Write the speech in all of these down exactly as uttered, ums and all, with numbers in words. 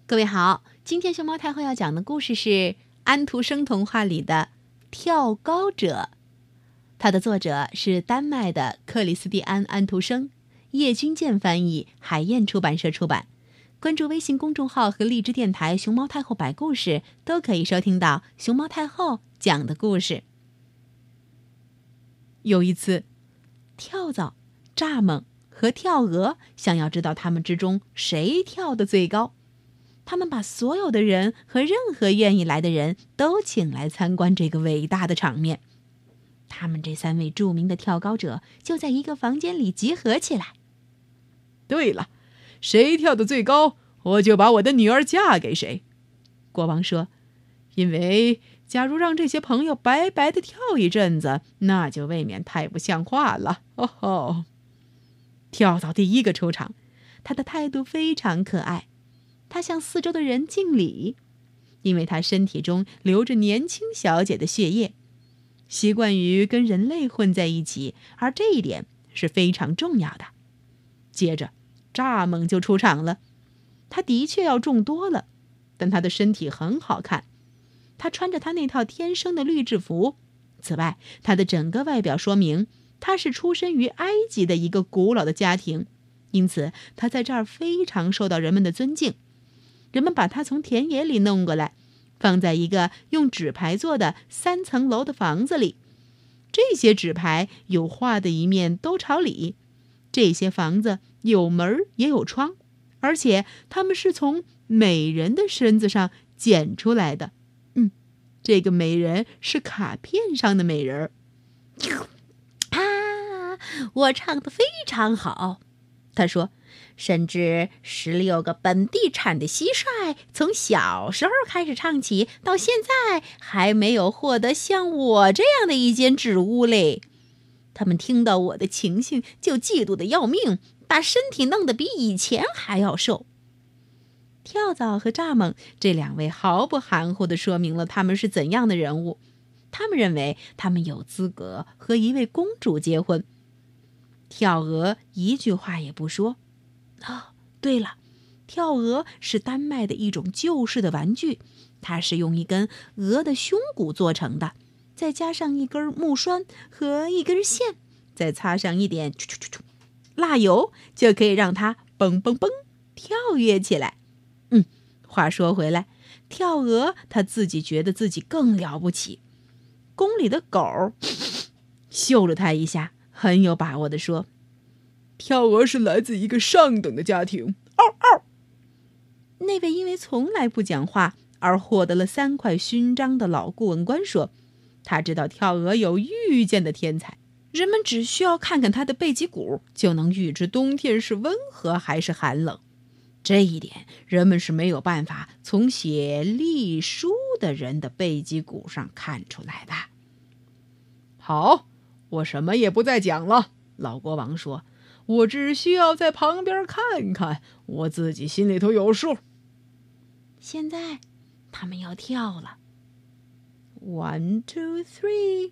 各位好，今天熊猫太后要讲的故事是安徒生童话里的跳高者，它的作者是丹麦的克里斯蒂安·安徒生，叶君健翻译，海燕出版社出版。关注微信公众号和荔枝电台熊猫太后摆故事，都可以收听到熊猫太后讲的故事。有一次，跳蚤、蚱蜢和跳蛾想要知道他们之中谁跳得最高，他们把所有的人和任何愿意来的人都请来参观这个伟大的场面。他们这三位著名的跳高者就在一个房间里集合起来。 对了，谁跳得最高，我就把我的女儿嫁给谁。国王说，因为假如让这些朋友白白的跳一阵子，那就未免太不像话了。哦吼！跳蚤第一个出场，他的态度非常可爱。他向四周的人敬礼，因为他身体中流着年轻小姐的血液，习惯于跟人类混在一起，而这一点是非常重要的。接着，蚱蜢就出场了。他的确要重多了，但他的身体很好看。他穿着他那套天生的绿制服。此外，他的整个外表说明他是出身于埃及的一个古老的家庭，因此他在这儿非常受到人们的尊敬。人们把他从田野里弄过来，放在一个用纸牌做的三层楼的房子里。这些纸牌有画的一面都朝里。这些房子有门也有窗，而且它们是从美人的身子上剪出来的。嗯，这个美人是卡片上的美人。 啊，我唱得非常好，他说，甚至十六个本地产的蟋蟀从小时候开始唱起，到现在还没有获得像我这样的一间纸屋嘞。他们听到我的情形就嫉妒得要命，把身体弄得比以前还要瘦。跳蚤和蚱蜢这两位毫不含糊地说明了他们是怎样的人物。他们认为他们有资格和一位公主结婚。跳蛾一句话也不说。哦，对了，跳蛾是丹麦的一种旧式的玩具，它是用一根鹅的胸骨做成的，再加上一根木栓和一根线，再擦上一点啾啾啾啾蜡油，就可以让它蹦蹦蹦跳跃起来。嗯，话说回来，跳蛾他自己觉得自己更了不起。宫里的狗嗅了他一下，很有把握地说， 跳蛾是来自一个上等的家庭。嗷嗷！ 那位因为从来不讲话而获得了三块勋章的老顾问官说，他知道跳蛾有预见的天才，人们只需要看看他的背脊骨，就能预知冬天是温和还是寒冷。这一点人们是没有办法从写历书的人的背脊骨上看出来的。 好，我什么也不再讲了，老国王说，我只需要在旁边看看，我自己心里头有数。 现在他们要跳了。One, two, three,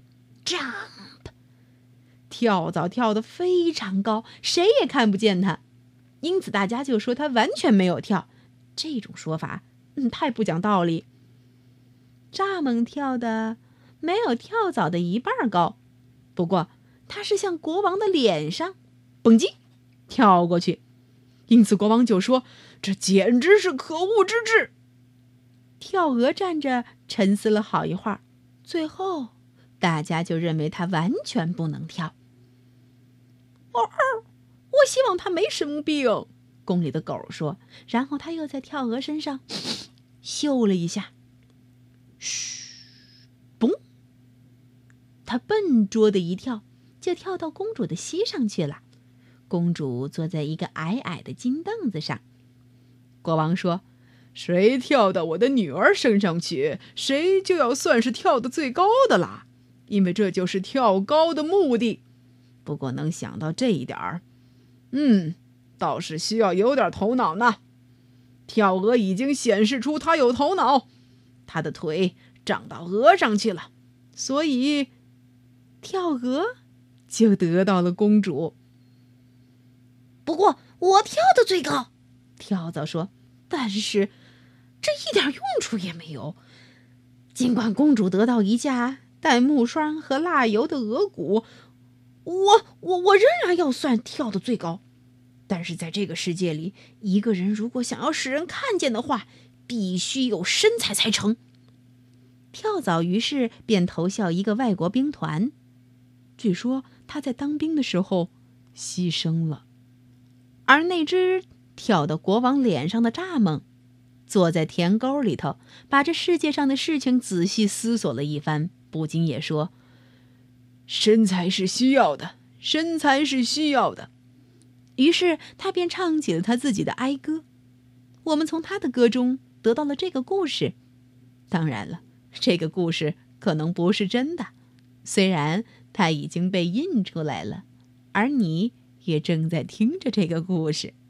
jump！ 跳蚤跳得非常高，谁也看不见他，因此大家就说他完全没有跳。这种说法，嗯，太不讲道理。蚱蜢跳的没有跳蚤的一半高，不过他是向国王的脸上蹦极跳过去， 因此国王就说，这简直是可恶之至。 跳蛾站着沉思了好一会儿，最后大家就认为他完全不能跳。哦哦，我希望他没生病，宫里的狗说，然后他又在跳蛾身上嗅了一下，嘘，嘣，他笨拙的一跳，就跳到公主的膝上去了。公主坐在一个矮矮的金凳子上。 国王说，谁跳到我的女儿身上去，谁就要算是跳得最高的啦，因为这就是跳高的目的。不过能想到这一点儿，嗯，倒是需要有点头脑呢。跳蛾已经显示出他有头脑，他的腿长到额上去了，所以跳蛾就得到了公主。 不过我跳得最高，跳蚤说，但是一点用处也没有。尽管公主得到一架带木栓和蜡油的额骨，我我我仍然要算跳得最高。但是在这个世界里，一个人如果想要使人看见的话，必须有身材才成。跳蚤于是便投效一个外国兵团，据说他在当兵的时候牺牲了。而那只跳到国王脸上的蚱蜢，坐在田沟里头，把这世界上的事情仔细思索了一番，不禁也说： 身材是需要的，身材是需要的。 于是他便唱起了他自己的哀歌。我们从他的歌中得到了这个故事。当然了，这个故事可能不是真的，虽然它已经被印出来了，而你也正在听着这个故事。